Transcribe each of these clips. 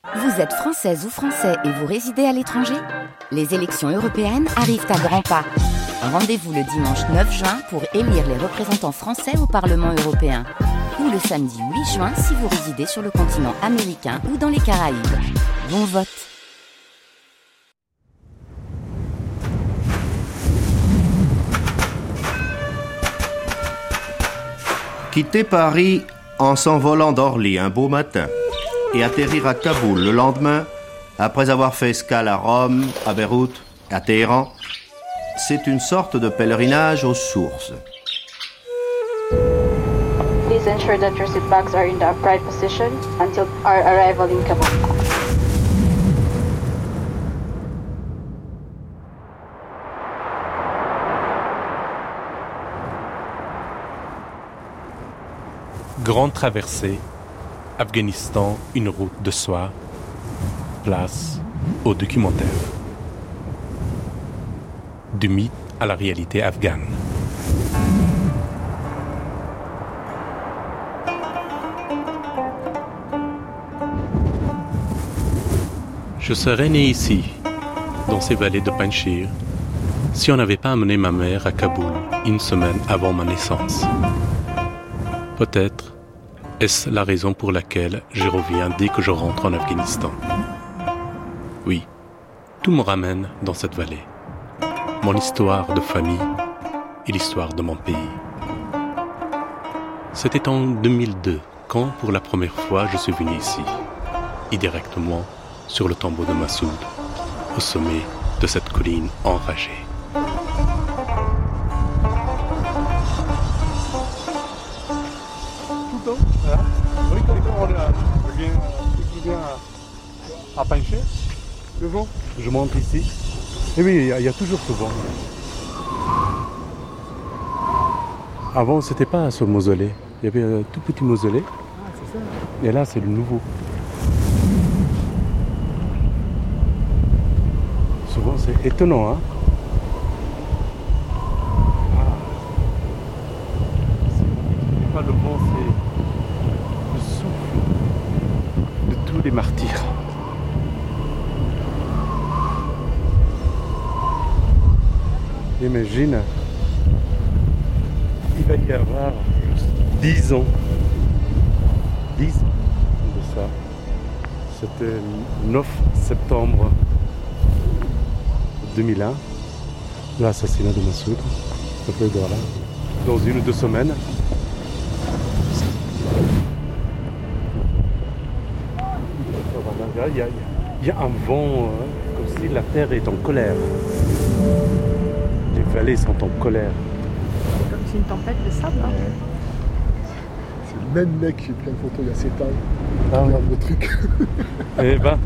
Vous êtes française ou français et vous résidez à l'étranger ? Les élections européennes arrivent à grands pas. Rendez-vous le dimanche 9 juin pour élire les représentants français au Parlement européen. Ou le samedi 8 juin si vous résidez sur le continent américain ou dans les Caraïbes. Bon vote! Quitter Paris en s'envolant d'Orly un beau matin et atterrir à Kaboul le lendemain, après avoir fait escale à Rome, à Beyrouth, à Téhéran, c'est une sorte de pèlerinage aux sources. Please ensure that your seat bags are in the upright position until our arrival in Kabul. Grande traversée, Afghanistan, une route de soie, place au documentaire. Du mythe à la réalité afghane. Je serais né ici, dans ces vallées de Panjshir, si on n'avait pas amené ma mère à Kaboul une semaine avant ma naissance. Peut-être est-ce la raison pour laquelle je reviens dès que je rentre en Afghanistan. Oui, tout me ramène dans cette vallée. Mon histoire de famille et l'histoire de mon pays. C'était en 2002 quand, pour la première fois, je suis venu ici, et directement sur le tombeau de Massoud, au sommet de cette colline enragée. À Panjshir, le vent. Je monte ici. Et oui, il y a toujours ce vent. Avant, c'était pas ce mausolée. Il y avait un tout petit mausolée. Ah, c'est ça. Et là, c'est le nouveau. Souvent, c'est étonnant, hein. C'est pas le vent, c'est le souffle de tous les martyrs. Imagine, il va y avoir 10 ans. 10 ans de ça. C'était le 9 septembre 2001. L'assassinat de Massoud. Dans 1 ou 2 semaines. Il y a un vent, comme si la terre est en colère. Les vallées sont en colère. Comme c'est une tempête de sable. Hein. C'est le même mec qui a pris une photo il y a 7 ans. Regarde le truc. Eh ben.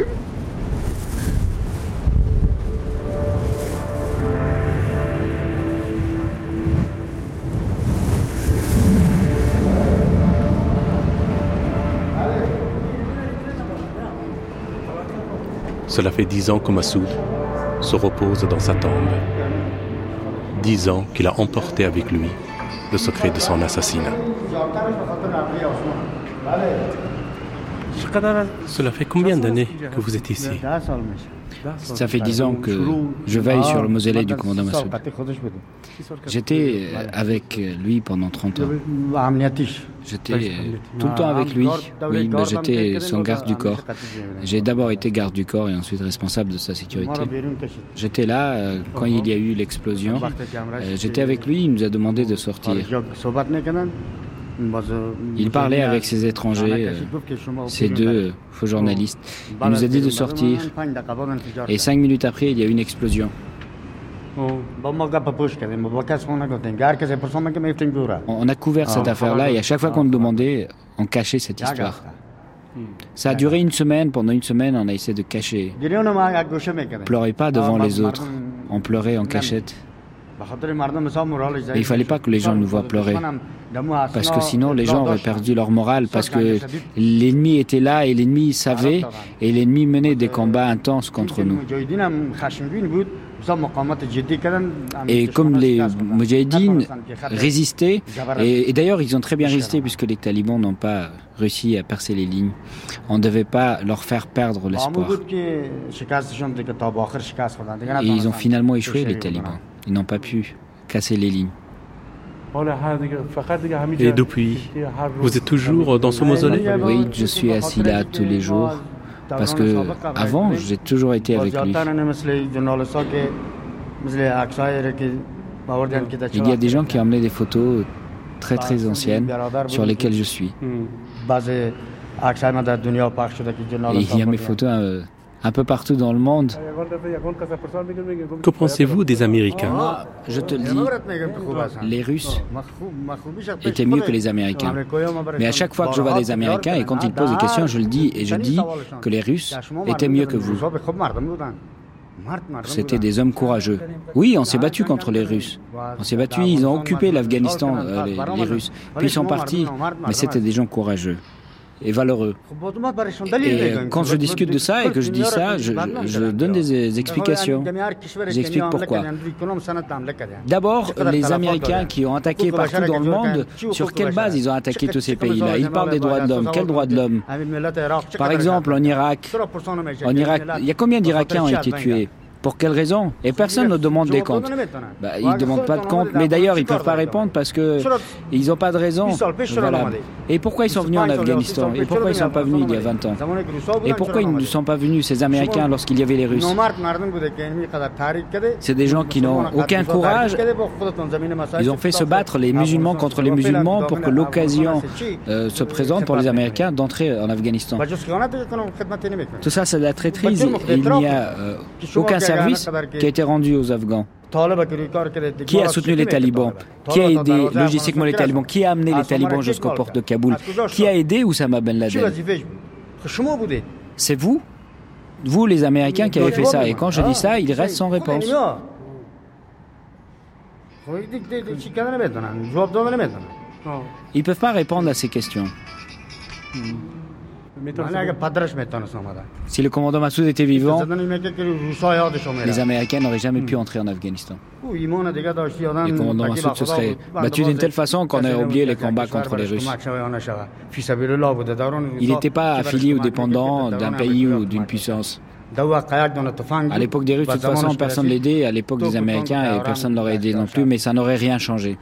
Cela fait 10 ans que Massoud se repose dans sa tombe. 10 ans qu'il a emporté avec lui le secret de son assassinat. Cela fait combien d'années que vous êtes ici ? Ça fait 10 ans que je veille sur le mausolée du commandant Massoud. J'étais avec lui pendant 30 ans. J'étais tout le temps avec lui. Oui, j'étais son garde du corps. J'ai d'abord été garde du corps et ensuite responsable de sa sécurité. J'étais là quand il y a eu l'explosion. J'étais avec lui, il nous a demandé de sortir. Il parlait avec ces étrangers, ces 2 faux journalistes. Il nous a dit de sortir. Et 5 minutes après, il y a eu une explosion. On a couvert cette affaire-là et à chaque fois qu'on nous demandait, on cachait cette histoire. Ça a duré 1 semaine. Pendant 1 semaine, on a essayé de cacher. On ne pleurait pas devant les autres. On pleurait en cachette. Et il ne fallait pas que les gens nous voient pleurer. Parce que sinon, les gens auraient perdu leur morale. Parce que l'ennemi était là et l'ennemi savait. Et l'ennemi menait des combats intenses contre nous. Et comme les Moudjahidines résistaient, et d'ailleurs ils ont très bien résisté puisque les talibans n'ont pas réussi à percer les lignes, on ne devait pas leur faire perdre l'espoir. Et ils ont finalement échoué, les talibans. Ils n'ont pas pu casser les lignes. Et depuis, vous êtes toujours dans ce mausolée? Oui, je suis assis là tous les jours. Parce que avant, j'ai toujours été avec lui. Il y a des gens qui ont amené des photos très très anciennes sur lesquelles je suis. Et il y a mes photos un peu partout dans le monde. Que pensez-vous des Américains? Je te le dis, les Russes étaient mieux que les Américains. Mais à chaque fois que je vois des Américains, et quand ils posent des questions, je le dis, et je dis que les Russes étaient mieux que vous. C'était des hommes courageux. Oui, on s'est battu contre les Russes. On s'est battu, ils ont occupé l'Afghanistan, les Russes. Puis ils sont partis, mais c'était des gens courageux et valeureux. Et quand je discute de ça et que je dis ça, je donne des explications. J'explique pourquoi. D'abord, les Américains qui ont attaqué partout dans le monde, sur quelle base ils ont attaqué tous ces pays-là? Ils parlent des droits de l'homme. Quels droits de l'homme? Par exemple, en Irak, il y a combien d'Irakiens ont été tués? Pour quelle raison? Et personne ne demande des comptes. Ils ne demandent pas de comptes, mais d'ailleurs, ils ne peuvent pas répondre parce qu'ils n'ont pas de raison. Voilà. Et pourquoi ils sont venus en Afghanistan? Et pourquoi ils ne sont pas venus il y a 20 ans? Et pourquoi ils ne sont pas venus, ces Américains, lorsqu'il y avait les Russes? C'est des gens qui n'ont aucun courage. Ils ont fait se battre les musulmans contre les musulmans pour que l'occasion se présente pour les Américains d'entrer en Afghanistan. Tout ça, c'est de la traîtrise. Et il n'y a aucun service qui a été rendu aux Afghans. Qui a soutenu les talibans? Qui a aidé logistiquement les talibans? Qui a amené les talibans jusqu'aux portes de Kaboul? Qui a aidé Oussama Ben Laden? C'est vous? Vous, les Américains, qui avez fait ça. Et quand je dis ça, ils restent sans réponse. Ils ne peuvent pas répondre à ces questions. Si le commandant Massoud était vivant, les Américains n'auraient jamais pu entrer en Afghanistan. Le commandant Massoud se serait battu d'une telle façon qu'on aurait oublié les combats contre les Russes. Il n'était pas affilié ou dépendant d'un pays ou d'une puissance. À l'époque des Russes, de toute façon, personne ne l'aidait. À l'époque des Américains, et personne ne l'aurait aidé non plus, mais ça n'aurait rien changé.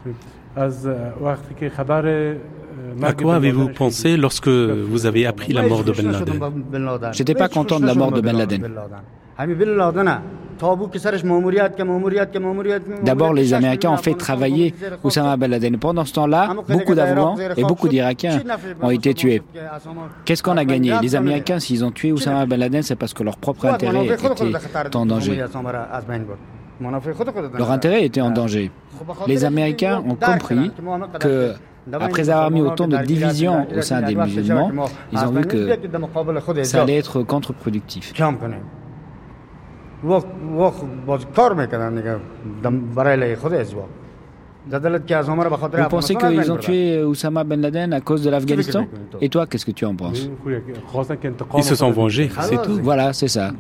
À quoi avez-vous pensé lorsque vous avez appris la mort de Ben Laden? J'étais pas content de la mort de Ben Laden. D'abord, les Américains ont fait travailler Oussama Ben Laden. Pendant ce temps-là, beaucoup d'Afghans et beaucoup d'Irakiens ont été tués. Qu'est-ce qu'on a gagné? Les Américains, s'ils ont tué Oussama Ben Laden, c'est parce que leur propre intérêt était en danger. Leur intérêt était en danger. Les Américains ont compris que, après avoir mis autant de divisions au sein des musulmans, ils ont vu que ça allait être contre-productif. Vous pensez qu'ils ont tué Oussama Ben Laden à cause de l'Afghanistan? Et toi, qu'est-ce que tu en penses? Ils se sont vengés, c'est tout. Voilà, c'est ça.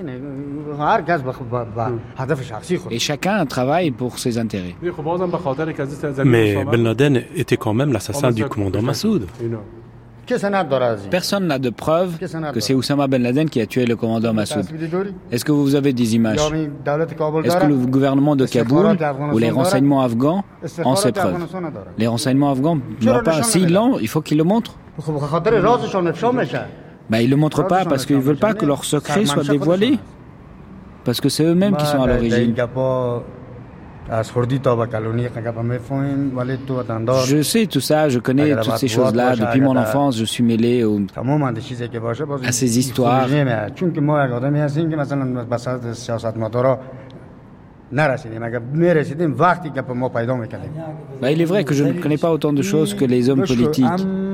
Et chacun travaille pour ses intérêts. Mais Ben Laden était quand même l'assassin du commandant Massoud. Personne n'a de preuve que c'est Oussama Ben Laden qui a tué le commandant Massoud. Est-ce que vous avez des images? Est-ce que le gouvernement de Kaboul ou les renseignements afghans ont ces preuves? Les renseignements afghans n'ont pas. S'ils l'ont, il faut qu'ils le montrent. Ils ne le montrent pas parce qu'ils ne veulent pas que leurs secrets soient dévoilés. Parce que c'est eux-mêmes qui sont à l'origine. Je sais tout ça, je connais toutes ces choses-là. Depuis mon enfance, je suis mêlé à ces histoires. Il est vrai que je ne connais pas autant de choses que les hommes politiques.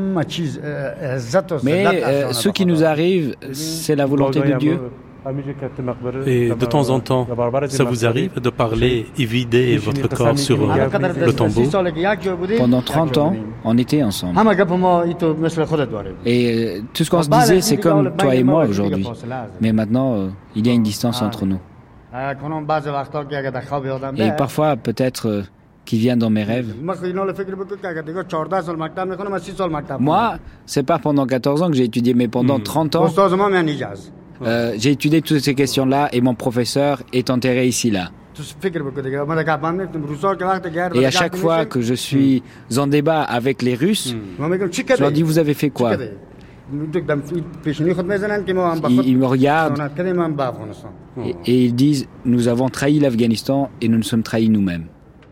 Mais ce qui nous arrive, c'est la volonté de Dieu. Et de temps en temps, ça vous arrive de parler et vider votre corps sur le tombeau? Pendant 30 ans, on était ensemble. Et tout ce qu'on se disait, c'est comme toi et moi aujourd'hui. Mais maintenant, il y a une distance entre nous. Et parfois, peut-être, qui vient dans mes rêves. Moi, c'est pas pendant 14 ans que j'ai étudié, mais pendant 30 ans, j'ai étudié toutes ces questions-là et mon professeur est enterré ici-là. Et à chaque fois que je suis en débat avec les Russes, je leur dis, vous avez fait quoi ? Ils me regardent et ils disent, nous avons trahi l'Afghanistan et nous nous sommes trahis nous-mêmes.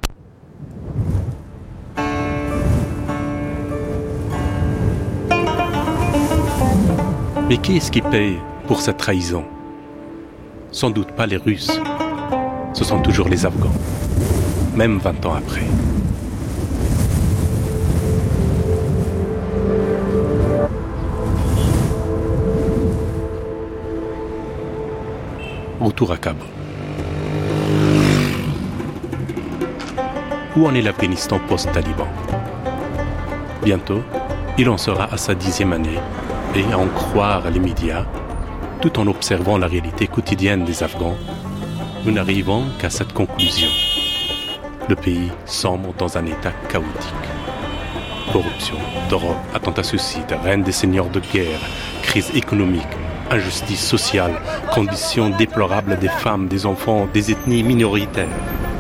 Mais qui est-ce qui paye pour cette trahison ? Sans doute pas les Russes. Ce sont toujours les Afghans, même 20 ans après. Retour à Kaboul. Où en est l'Afghanistan post-Taliban ? Bientôt, il en sera à sa 10e année, et à en croire les médias, tout en observant la réalité quotidienne des Afghans, nous n'arrivons qu'à cette conclusion. Le pays sombre dans un état chaotique. Corruption, drogue, attentats suicides, règne des seigneurs de guerre, crise économique, injustice sociale, conditions déplorables des femmes, des enfants, des ethnies minoritaires.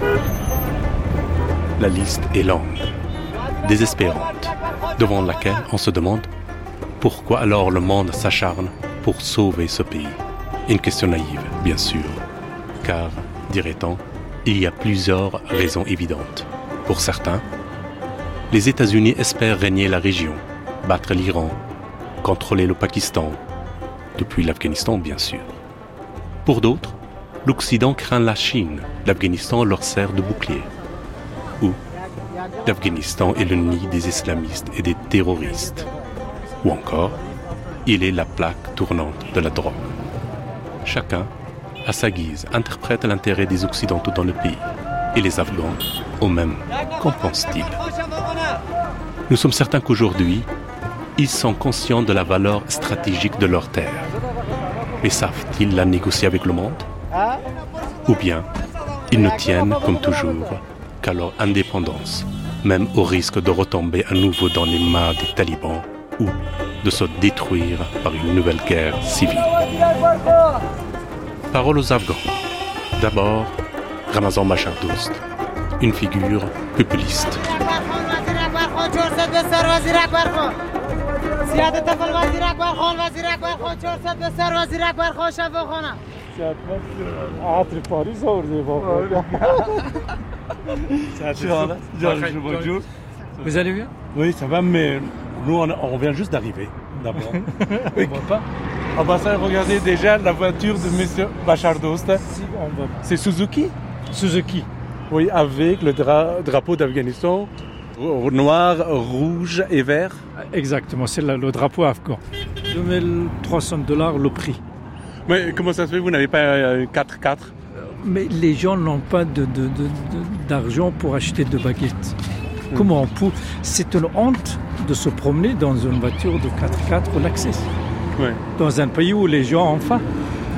La liste est longue, désespérante, devant laquelle on se demande pourquoi alors le monde s'acharne pour sauver ce pays. Une question naïve, bien sûr, car, dirait-on, il y a plusieurs raisons évidentes. Pour certains, les États-Unis espèrent régner la région, battre l'Iran, contrôler le Pakistan, depuis l'Afghanistan bien sûr. Pour d'autres, l'Occident craint la Chine, l'Afghanistan leur sert de bouclier. Ou l'Afghanistan est le nid des islamistes et des terroristes. Ou encore, il est la plaque tournante de la drogue. Chacun, à sa guise, interprète l'intérêt des Occidentaux dans le pays. Et les Afghans, au même, qu'en pensent-ils ? Nous sommes certains qu'aujourd'hui, ils sont conscients de la valeur stratégique de leur terre. Mais savent-ils la négocier avec le monde ? Ou bien, ils ne tiennent, comme toujours, qu'à leur indépendance, même au risque de retomber à nouveau dans les mains des talibans ou de se détruire par une nouvelle guerre civile. Parole aux Afghans. D'abord, Ramazan Bashar Dost, une figure populiste. Vous allez bien ? Oui, ça va, mais nous, on vient juste d'arriver, d'abord. Oui. On va pas. On va regarder déjà la voiture de M. Bashar Dost. C'est Suzuki ? Suzuki. Oui, avec le drapeau d'Afghanistan, noir, rouge et vert. Exactement, c'est le drapeau afghan. $2,300 le prix. Mais comment ça se fait, vous n'avez pas un 4x4 ? Mais les gens n'ont pas d'argent pour acheter de baguettes. Comment on peut... C'est une honte de se promener dans une voiture de 4x4 relaxée. Ouais. Dans un pays où les gens ont faim.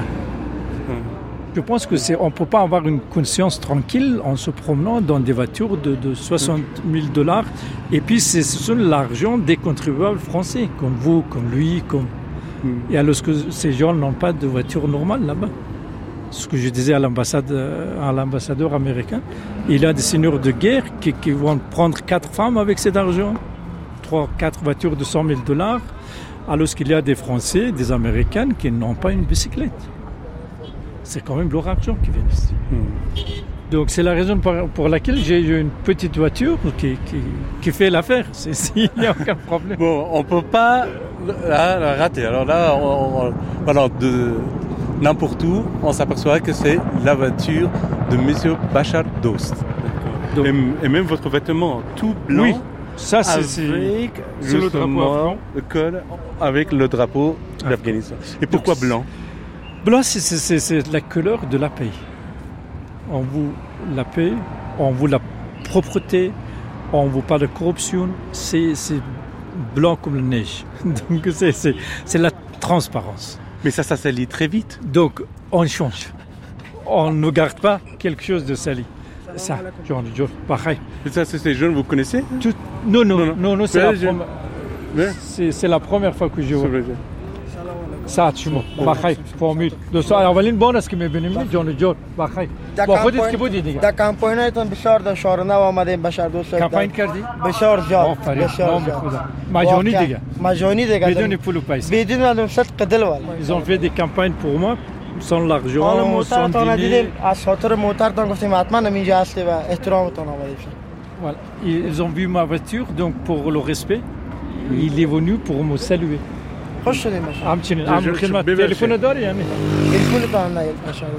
Je pense on ne peut pas avoir une conscience tranquille en se promenant dans des voitures de $60,000. Et puis, ce sont l'argent des contribuables français, comme vous, comme lui, comme... Et alors que ces gens n'ont pas de voiture normale là-bas. Ce que je disais à l'ambassadeur américain, il y a des seigneurs de guerre qui vont prendre 4 femmes avec cet argent, 4 voitures de $100,000, alors qu'il y a des Français, des Américains qui n'ont pas une bicyclette. C'est quand même leur argent qui vient ici. Donc c'est la raison pour laquelle j'ai une petite voiture qui fait l'affaire. Il n'y a aucun problème. Bon, on ne peut pas la rater. Alors là, de n'importe où, on s'aperçoit que c'est la voiture de M. Bashar Dost. Donc, et même votre vêtement tout blanc, oui, ça c'est le drapeau afghan. Le col avec le drapeau d'Afghanistan. Et pourquoi blanc ? Blanc, c'est la couleur de la paix. On veut la paix, on veut la propreté, on ne veut pas de corruption. C'est blanc comme la neige. Donc c'est la transparence. Mais ça s'allie très vite. Donc on change. on ne garde pas quelque chose de sali. Ça, pareil. Et ça, c'est ces jeunes, vous connaissez? Non, c'est la première fois que je vois. ساعة شمو بخير فهمید دوستان اولین بار است که میبینیم جان بخیر با خودت که بودی دیگه در کمپاینتون بسیار در شهر نو آمدیم بشار دوست کمپاین کردی بسیار زیاد مجانی دیگه بدون پول و پیسه بدون صدق دل والا ils ont fait des campagnes pour moi sans l'argent sans dîner از خاطر موترتون گفتیم حتما اینجا هستی و احترامتون آمدیم voilà ils ont vu ma voiture donc pour le respect il est venu pour me saluer خوش شدیم همچنین خدمت تلفن داری یعنی تلفن داری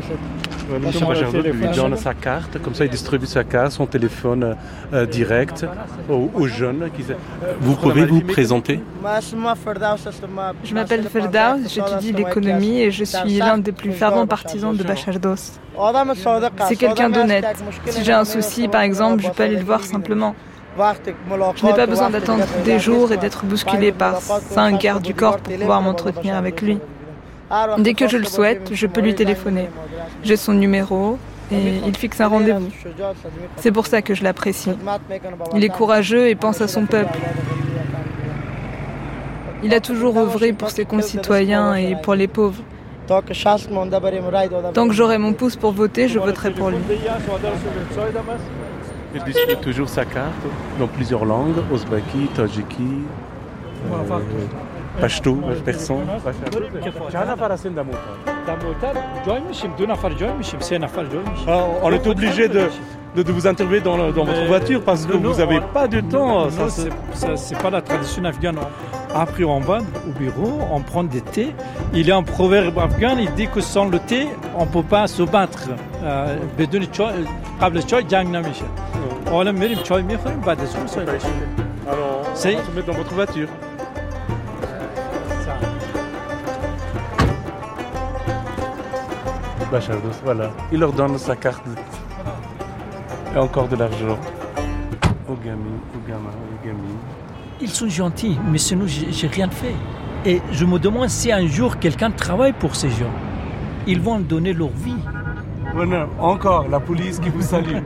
Il donne sa carte, comme ça il distribue sa carte, son téléphone direct aux jeunes. Vous pouvez vous présenter? Je m'appelle Ferdaus, j'étudie l'économie et je suis l'un des plus fervents partisans de Bachar Dost. C'est quelqu'un d'honnête. Si j'ai un souci, par exemple, je peux aller le voir simplement. Je n'ai pas besoin d'attendre des jours et d'être bousculé par 5 gardes du corps pour pouvoir m'entretenir avec lui. Dès que je le souhaite, je peux lui téléphoner. J'ai son numéro et il fixe un rendez-vous. C'est pour ça que je l'apprécie. Il est courageux et pense à son peuple. Il a toujours œuvré pour ses concitoyens et pour les pauvres. Tant que j'aurai mon pouce pour voter, je voterai pour lui. Il distribue toujours sa carte dans plusieurs langues, ouzbeki, tadjiki, pashto, persan. On est obligé de vous interviewer dans votre voiture parce que vous n'avez pas de temps. C'est pas la tradition afghane. Après, on va au bureau, on prend des thés. Il y a un proverbe afghan, il dit que sans le thé, on ne peut pas se battre. On va mettre chai میخوریم بعد از اون سایه. Alors, on se met dans votre voiture. Bachar Dost, voilà. Il leur donne sa carte et encore de l'argent aux gamins, aux gamins, aux gamines. Ils sont gentils, mais sinon j'ai rien fait. Et je me demande si un jour quelqu'un travaille pour ces gens. Ils vont donner leur vie. Voilà, encore la police qui vous salue.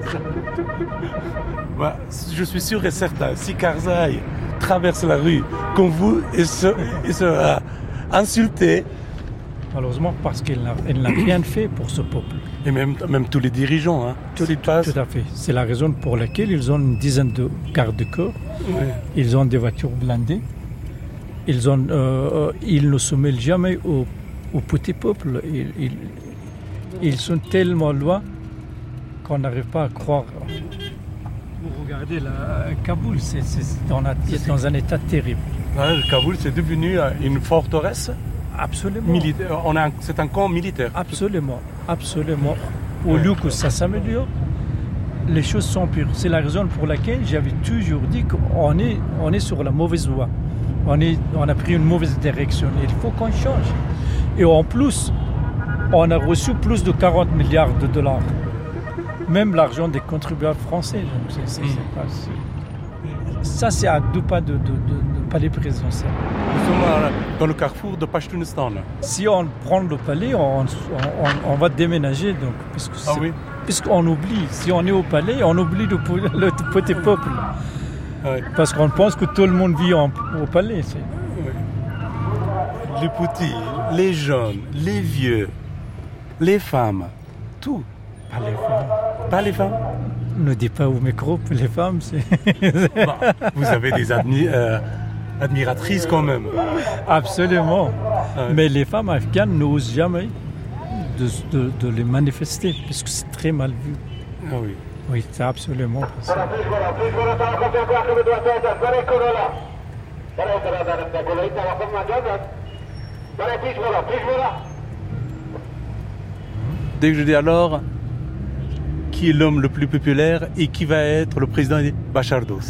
Je suis sûr et certain, si Karzai traverse la rue comme vous et se insulté. Malheureusement, parce qu'elle n'a rien fait pour ce peuple. Et même tous les dirigeants. Hein, tout à fait. C'est la raison pour laquelle ils ont une dizaine de gardes de corps. Oui. Ils ont des voitures blindées. Ils ne se mêlent jamais au petit peuple. Ils sont tellement loin qu'on n'arrive pas à croire. Vous regardez Kaboul, c'est dans un état terrible. Kaboul, c'est devenu une forteresse. Absolument. Militaire. C'est un camp militaire. Absolument. Au lieu que ça s'améliore, les choses sont pires. C'est la raison pour laquelle j'avais toujours dit qu'on est sur la mauvaise voie. On a pris une mauvaise direction. Il faut qu'on change. Et en plus, on a reçu plus de 40 milliards de dollars. Même l'argent des contribuables français. Donc ça, c'est à 2 pas de palais présidentiel. Nous sommes dans le carrefour de Pashtunistan. Si on prend le palais, on va déménager. Donc, puisqu'on oublie. Si on est au palais, on oublie le petit peuple. Oui. Parce qu'on pense que tout le monde vit au palais. Oui. Les petits, les jeunes, les vieux, les femmes, tout. Pas les femmes. Ne dis pas au micro, les femmes, c'est... Vous avez des admiratrices quand même. Absolument. Ouais. Mais les femmes afghanes n'osent jamais de les manifester, parce que c'est très mal vu. Ah oui. Oui, c'est absolument possible. Dès que je dis alors, qui est l'homme le plus populaire et qui va être le président de Bachar Dost?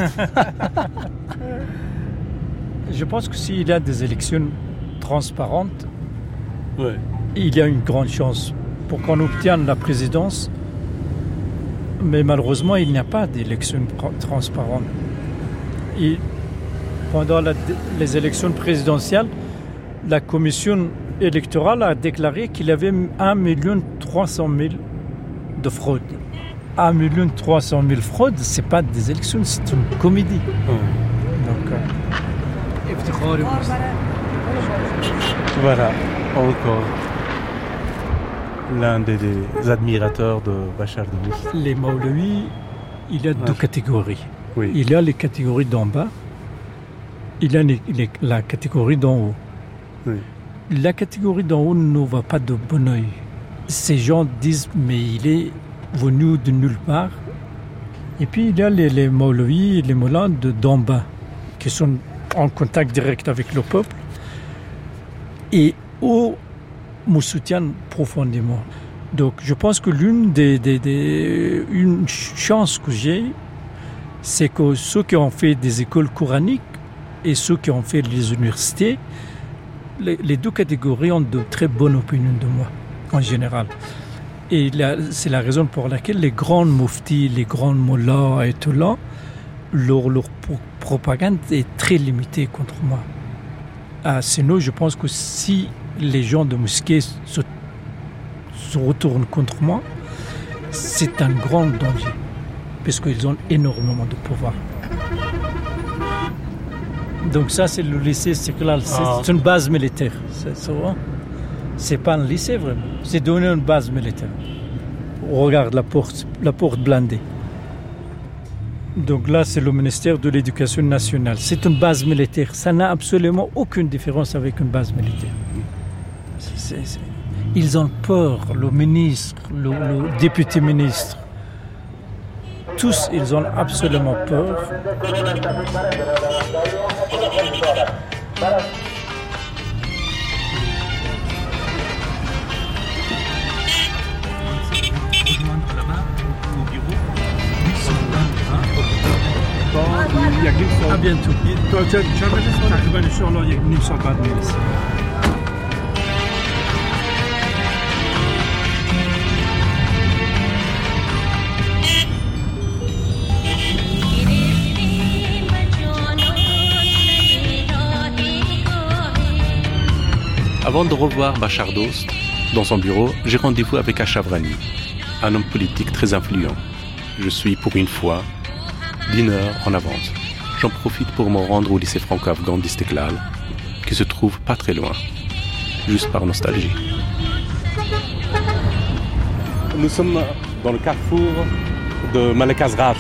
Je pense que s'il y a des élections transparentes, ouais. Il y a une grande chance pour qu'on obtienne la présidence. Mais malheureusement, il n'y a pas d'élection transparente. Et pendant les élections présidentielles, la commission électorale a déclaré qu'il y avait 1 300 000 de fraude. 1 300 000 fraudes, ce n'est pas des élections, c'est une comédie. Donc, voilà, encore l'un des admirateurs de Bachar Dost. Les Maulaouis, il y a deux catégories. Oui. Il y a les catégories d'en bas, il y a la catégorie d'en haut. Oui. La catégorie d'en haut ne va pas de bon oeil. Ces gens disent, mais il est venu de nulle part. Et puis il y a les Maulaouis et les Mollahs d'en bas, qui sont en contact direct avec le peuple et me soutiennent profondément. Donc je pense que une chance que j'ai, c'est que ceux qui ont fait des écoles coraniques et ceux qui ont fait les universités, les deux catégories ont de très bonnes opinions de moi, en général. Et c'est la raison pour laquelle les grands muftis, les grands mollahs et tout là, leur propagande est très limitée contre moi. Sinon, je pense que si les gens de mosquée se retournent contre moi, c'est un grand danger, parce qu'ils ont énormément de pouvoir. Donc ça, c'est le lycée sécular, c'est une base militaire. C'est pas un lycée vraiment, c'est donner une base militaire. On regarde la porte blindée. Donc là, c'est le ministère de l'Éducation nationale. C'est une base militaire. Ça n'a absolument aucune différence avec une base militaire. Ils ont peur, le ministre, le député ministre. Tous, ils ont absolument peur. À bientôt. Avant de revoir Bachar Dost, dans son bureau, j'ai rendez-vous avec Achraf Rani, un homme politique très influent. Je suis, pour une fois, d'1 heure en avance. J'en profite pour me rendre au lycée franco-afghan d'Istiklal, qui se trouve pas très loin, juste par nostalgie. Nous sommes dans le carrefour de Malek Asrar.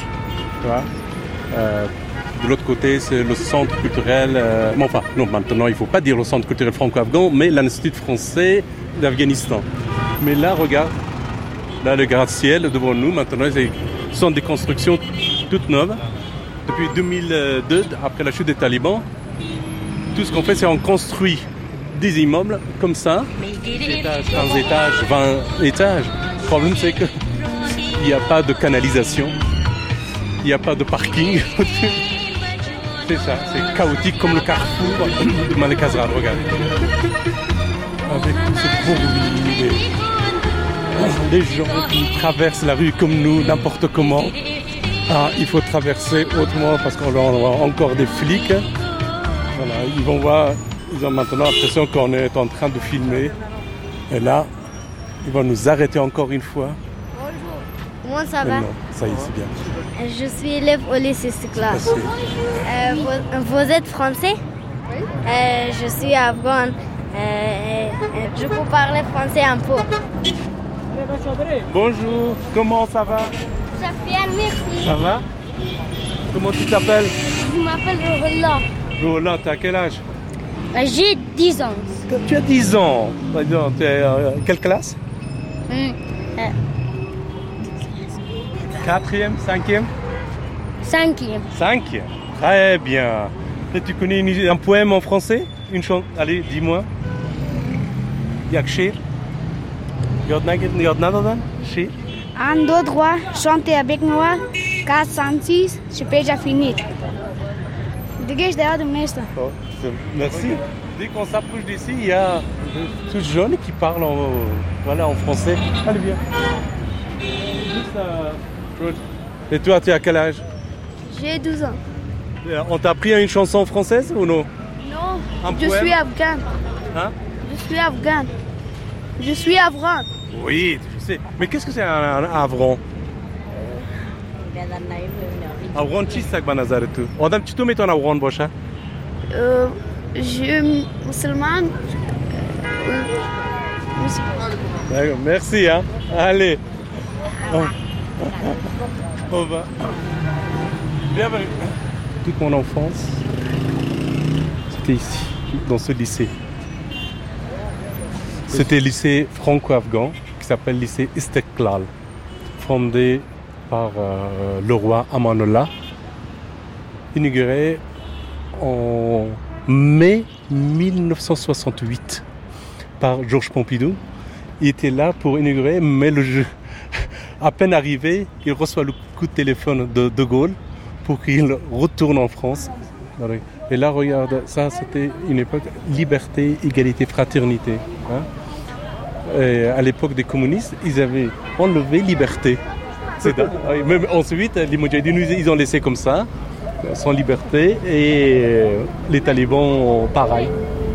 De l'autre côté, c'est le centre culturel... maintenant, il ne faut pas dire le centre culturel franco-afghan, mais l'Institut français d'Afghanistan. Mais là, regarde, là, le gratte-ciel devant nous, maintenant, ce sont des constructions toutes neuves. Depuis 2002, après la chute des talibans, tout ce qu'on fait, c'est qu'on construit des immeubles comme ça, étage, 15 étages, 20 étages. Le problème, c'est qu'il n'y a pas de canalisation, il n'y a pas de parking. C'est ça, c'est chaotique comme le carrefour de Malek Asrar, regarde. Avec tout ce bruit, les gens qui traversent la rue comme nous, n'importe comment. Il faut traverser autrement parce qu'on voit encore des flics. Voilà, ils vont voir, ils ont maintenant l'impression qu'on est en train de filmer. Et là, ils vont nous arrêter encore une fois. Bonjour, comment ça va? Non, ça y est, c'est bien. Je suis élève au lycée Istiklal. Vous êtes français? Oui. Je suis afghane. Je peux parler français un peu. Bonjour, comment ça va? Ça va bien, merci. Ça va? Comment tu t'appelles? Je m'appelle Roland. Roland, t'as quel âge? J'ai 10 ans. Tu as 10 ans. Tu es quelle classe? 4e, 5e? 5e. 5e. Très bien. Et tu connais un poème en français? Une chanson? Allez, dis-moi. Yakshir? Yodnadan? Shir? 1, 2, 3, chantez avec moi. 4, 5, 6, j'ai déjà fini. Dégage derrière de mestre. Merci. Dès qu'on s'approche d'ici, il y a tous jeunes qui parlent en français. Allez, viens. Et toi, tu as quel âge? J'ai 12 ans. On t'a appris une chanson française ou non? Non, je suis afghane. Hein? Je suis afghane. Je suis afghane. Oui, Mais qu'est-ce que c'est un havron? Havron çizsek bana zarıtı. Adam çito meton havron boşa. Je suis musulmane. D'accord, merci hein. Allez. On va. Bienvenue. Toute mon enfance, c'était ici, dans ce lycée. C'était le lycée franco-afghan qui s'appelle lycée Istiklal, fondé par le roi Amanullah, inauguré en mai 1968 par Georges Pompidou. Il était là pour inaugurer, mais le jeu, à peine arrivé, il reçoit le coup de téléphone de De Gaulle pour qu'il retourne en France. Et là, regarde, ça c'était une époque liberté, égalité, fraternité. Hein. Et à l'époque des communistes, ils avaient enlevé liberté. Même ensuite, les Moudjahidines, ils ont laissé comme ça, sans liberté, et les talibans, pareil.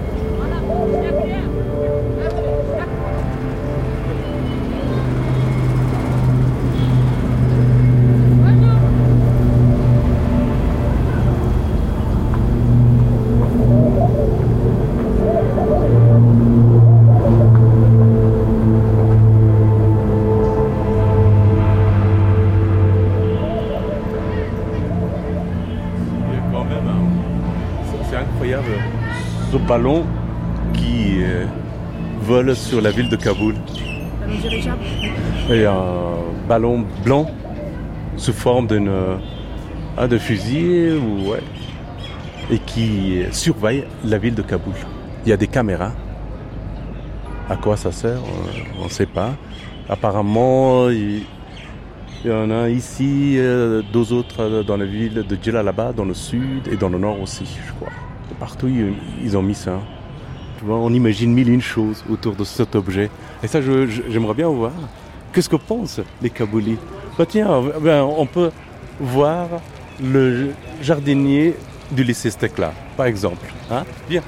Ce ballon qui vole sur la ville de Kaboul. Ballon dirigeable. Et un ballon blanc sous forme de fusil et qui surveille la ville de Kaboul. Il y a des caméras. À quoi ça sert? On ne sait pas. Apparemment, il y en a ici, deux autres dans la ville de Jalalabad, dans le sud et dans le nord aussi, je crois. Partout, ils ont mis ça. Tu vois, on imagine mille et une choses autour de cet objet. Et ça, j'aimerais bien voir. Qu'est-ce que pensent les Kaboulis? Bah tiens, on peut voir le jardinier du lycée Istiklal, par exemple. Hein? Viens.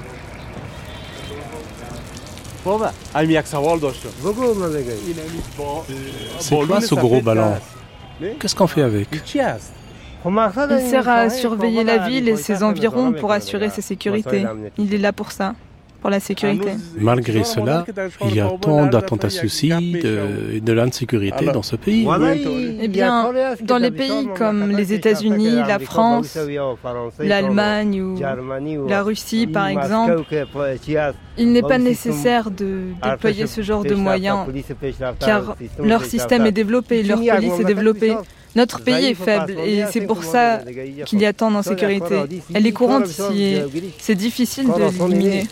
C'est quoi ce gros ballon? Qu'est-ce qu'on fait avec? Il sert à surveiller la ville et ses environs pour assurer sa sécurité. Il est là pour ça, pour la sécurité. Malgré cela, il y a tant d'attentats suicides et de l'insécurité dans ce pays. Eh bien, dans les pays comme les États-Unis, la France, l'Allemagne ou la Russie, par exemple, il n'est pas nécessaire de déployer ce genre de moyens, car leur système est développé, leur police est développée. Notre pays est faible et c'est pour ça qu'il y a tant d'insécurité. Elle est courante ici et c'est difficile de l'éliminer.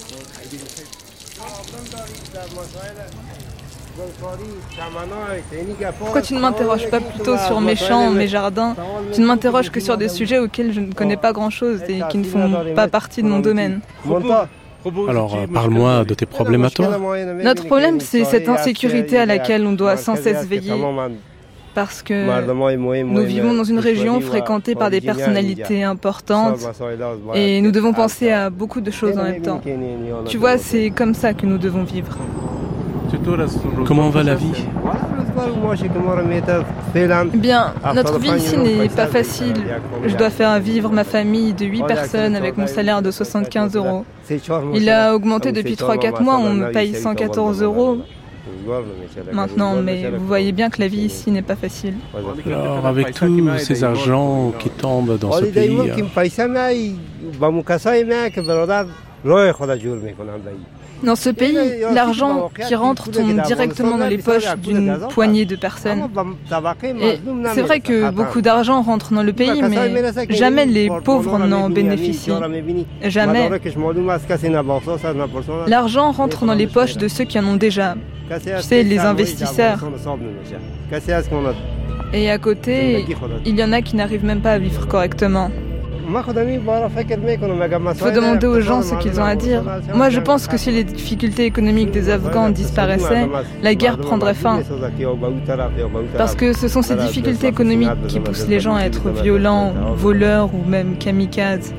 Pourquoi tu ne m'interroges pas plutôt sur mes champs, mes jardins? Tu ne m'interroges que sur des sujets auxquels je ne connais pas grand-chose et qui ne font pas partie de mon domaine. Alors, parle-moi de tes problèmes à toi. Notre problème, c'est cette insécurité à laquelle on doit sans cesse veiller. Parce que nous vivons dans une région fréquentée par des personnalités importantes et nous devons penser à beaucoup de choses en même temps. Tu vois, c'est comme ça que nous devons vivre. Comment va la vie? Eh bien, notre vie ici n'est pas facile. Je dois faire vivre ma famille de 8 personnes avec mon salaire de 75 €. Il a augmenté depuis 3-4 mois, on me paye 114 € maintenant, mais vous voyez bien que la vie ici n'est pas facile. Alors, avec tous ces argents qui tombent dans ce pays... Dans ce pays, l'argent qui rentre tombe directement dans les poches d'une poignée de personnes. Et c'est vrai que beaucoup d'argent rentre dans le pays, mais jamais les pauvres n'en bénéficient. Jamais. L'argent rentre dans les poches de ceux qui en ont déjà. Tu sais, les investisseurs. Et à côté, il y en a qui n'arrivent même pas à vivre correctement. Il faut demander aux gens ce qu'ils ont à dire. Moi, je pense que si les difficultés économiques des Afghans disparaissaient, la guerre prendrait fin. Parce que ce sont ces difficultés économiques qui poussent les gens à être violents, voleurs ou même kamikazes.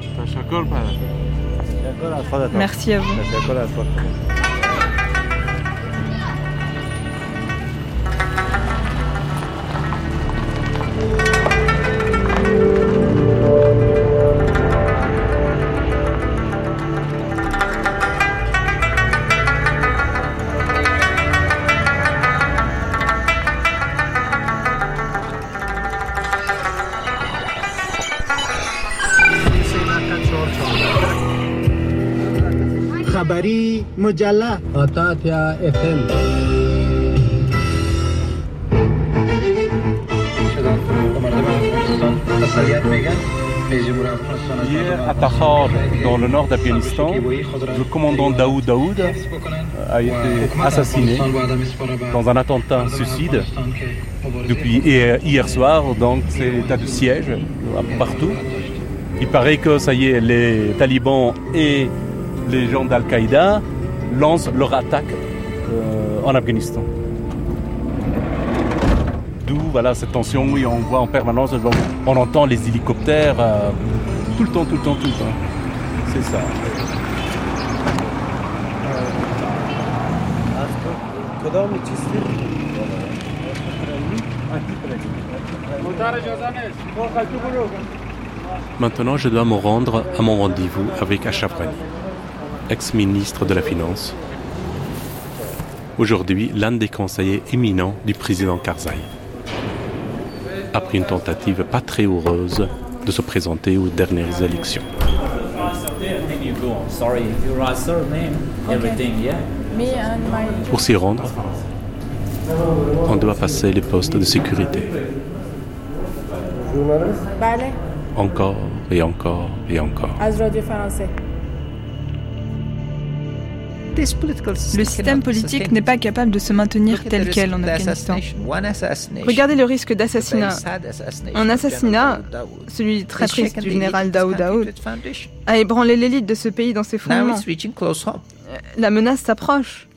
Merci à vous. خبری مجله آتاتیا FM. Hier, à Tahar, dans le nord d'Afghanistan, le commandant Daoud a été assassiné dans un attentat-suicide depuis hier soir, donc c'est l'état de siège partout. Il paraît que ça y est, les talibans et les gens d'Al-Qaïda lancent leur attaque en Afghanistan. D'où voilà, cette tension où on voit en permanence, on entend les hélicoptères tout le temps. C'est ça. Maintenant, je dois me rendre à mon rendez-vous avec Ashraf Ghani, ex-ministre de la Finance. Aujourd'hui, l'un des conseillers éminents du président Karzai. Après une tentative pas très heureuse de se présenter aux dernières élections. Pour s'y rendre, on doit passer les postes de sécurité. Encore et encore et encore. Le système politique n'est pas capable de se maintenir tel quel en Afghanistan. Regardez le risque d'assassinat. Un assassinat, celui très triste du général Daoud, a ébranlé l'élite de ce pays dans ses fondements. La menace s'approche.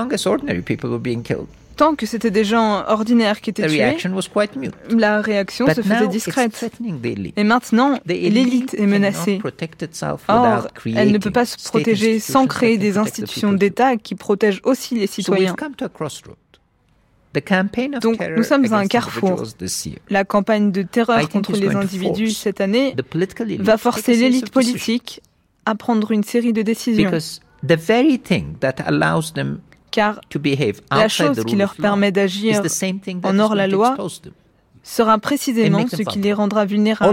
Tant que c'était des gens ordinaires qui étaient tués, la réaction se faisait discrète. Et maintenant, l'élite est menacée. Or, elle ne peut pas se protéger sans créer des institutions d'État qui protègent aussi les citoyens. Donc, nous sommes à un carrefour. La campagne de terreur contre les individus cette année va forcer l'élite politique à prendre une série de décisions. Car la chose qui leur permet d'agir en hors-la-loi sera précisément ce qui les rendra vulnérables.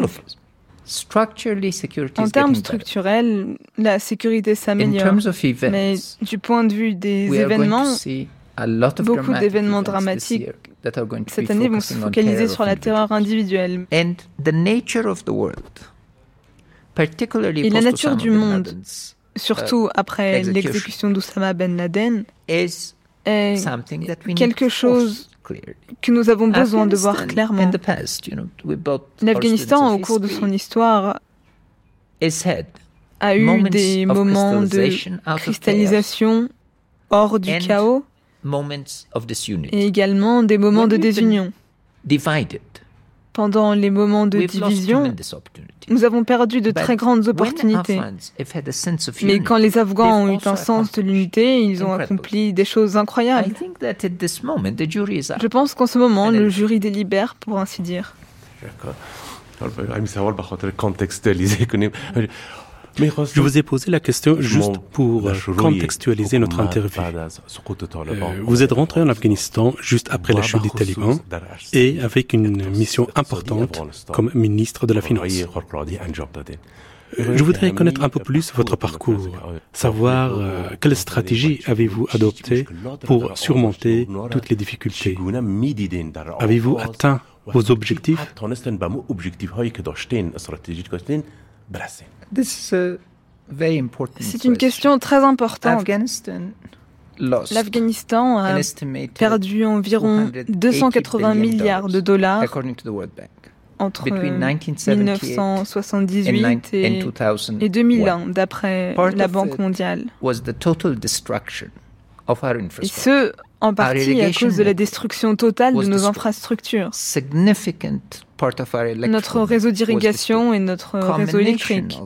En termes structurels, la sécurité s'améliore, mais du point de vue des événements, beaucoup d'événements dramatiques cette année vont se focaliser sur la terreur individuelle. Et la nature du monde, surtout après l'exécution d'Oussama Ben Laden, est quelque chose que nous avons besoin de voir clairement. L'Afghanistan, au cours de son histoire, a eu des moments de cristallisation hors du chaos et également des moments de désunion. Pendant les moments de division, nous avons perdu de très grandes opportunités. Mais quand les Afghans ont eu un sens de l'unité, ils ont accompli des choses incroyables. Je pense qu'en ce moment, le jury délibère, pour ainsi dire. Je vous ai posé la question juste pour contextualiser notre interview. Vous êtes rentré en Afghanistan juste après la chute des talibans et avec une mission importante comme ministre de la Finance. Je voudrais connaître un peu plus votre parcours, savoir quelle stratégie avez-vous adoptée pour surmonter toutes les difficultés. Avez-vous atteint vos objectifs? C'est une question très importante. L'Afghanistan a perdu environ 280 milliards de dollars entre 1978 et 2001, d'après la Banque mondiale. Et ce, en partie à cause de la destruction totale de nos infrastructures. Notre réseau d'irrigation et notre réseau électrique.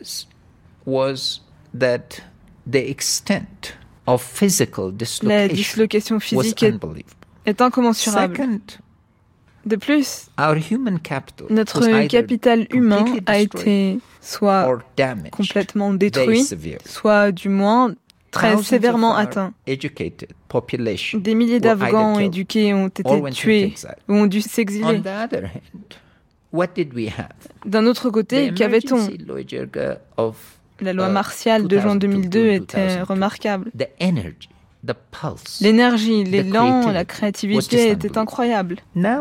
La dislocation physique est incommensurable. De plus, notre capital humain a été soit complètement détruit, soit du moins très sévèrement atteint. Des milliers d'Afghans éduqués ont été tués ou ont dû s'exiler. D'un autre côté, qu'avait-on? la loi martiale de juin 2002 était remarquable. L'énergie, l'élan, la créativité étaient incroyables.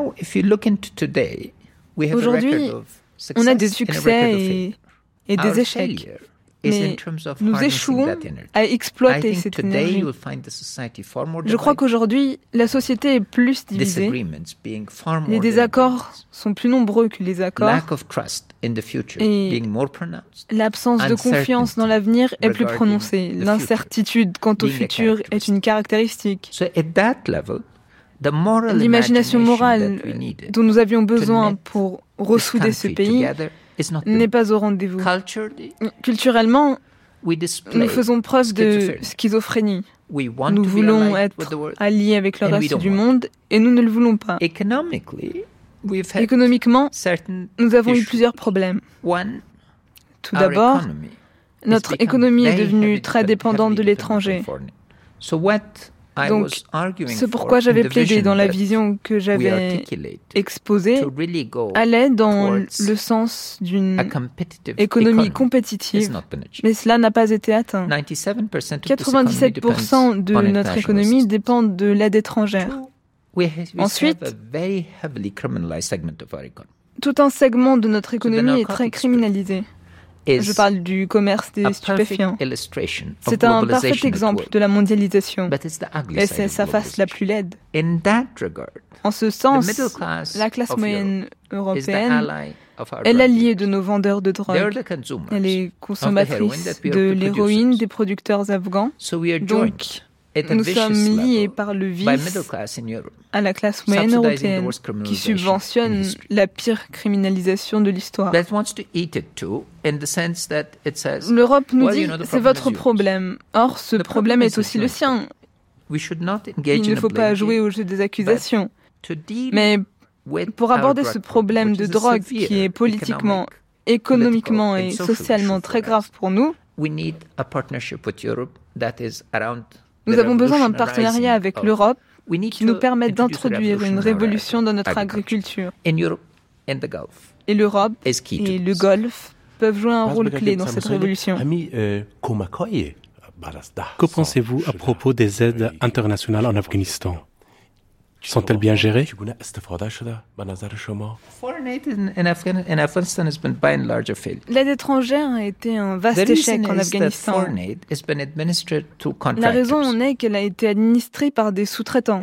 Aujourd'hui, on a des succès et des échecs. Mais nous échouons à exploiter cette énergie. Je crois qu'aujourd'hui, la société est plus divisée. Les désaccords sont plus nombreux que les accords. Et l'absence de confiance dans l'avenir est plus prononcée. L'incertitude quant au futur est une caractéristique. L'imagination morale dont nous avions besoin pour ressouder ce pays n'est pas au rendez-vous. Culturellement, nous faisons preuve de schizophrénie. Nous voulons être alliés avec le reste du monde et nous ne le voulons pas. Économiquement, nous avons eu plusieurs problèmes. Tout d'abord, notre économie est devenue très dépendante de l'étranger. Donc, c'est pourquoi j'avais plaidé dans la vision que j'avais exposée, allait dans le sens d'une économie compétitive, mais cela n'a pas été atteint. 97% de notre économie dépend de l'aide étrangère. Ensuite, tout un segment de notre économie est très criminalisé. Je parle du commerce des stupéfiants. C'est un parfait exemple de la mondialisation, et c'est sa face la plus laide. En ce sens, la classe moyenne européenne est l'alliée de nos vendeurs de drogue. Elle est consommatrice de l'héroïne des producteurs afghans. Donc, nous sommes liés par le vice à la classe moyenne européenne qui subventionne la pire criminalisation de l'histoire. L'Europe nous dit « c'est votre problème ». Or, ce problème est aussi le sien. Il ne faut pas jouer au jeu des accusations. Mais pour aborder ce problème de drogue qui est politiquement, économiquement et socialement très grave pour nous, nous avons besoin d'un partenariat avec l'Europe qui nous permette d'introduire une révolution dans notre agriculture. Et l'Europe et le Golfe peuvent jouer un rôle clé dans cette révolution. Que pensez-vous à propos des aides internationales en Afghanistan ? Sont-elles bien gérées ? L'aide étrangère a été un vaste échec en Afghanistan. La raison en est qu'elle a été administrée par des sous-traitants.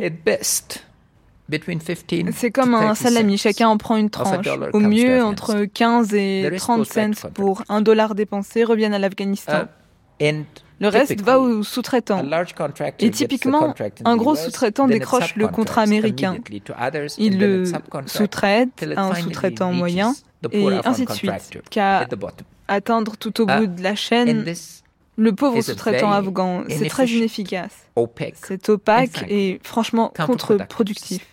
C'est comme un salami, chacun en prend une tranche. Au mieux, entre 15 et 30 cents pour $1 dépensé reviennent à l'Afghanistan. Le reste va aux sous-traitants. Et typiquement, un gros sous-traitant décroche le contrat américain. Il le sous-traite à un sous-traitant moyen, et ainsi de suite, qu'à atteindre tout au bout de la chaîne, le pauvre sous-traitant afghan. C'est très inefficace. C'est opaque et franchement contre-productif.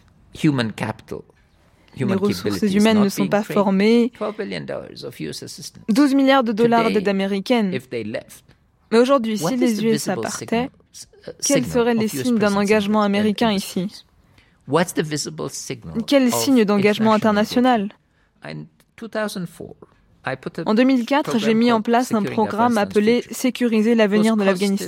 Les ressources humaines ne sont pas formées. 12 milliards de dollars d'aide américaine. Mais aujourd'hui, si les USA partaient, quels seraient les signes d'un engagement américain ici ? Quel signe d'engagement international ? En 2004, j'ai mis en place un programme appelé « Sécuriser l'avenir de l'Afghanistan ».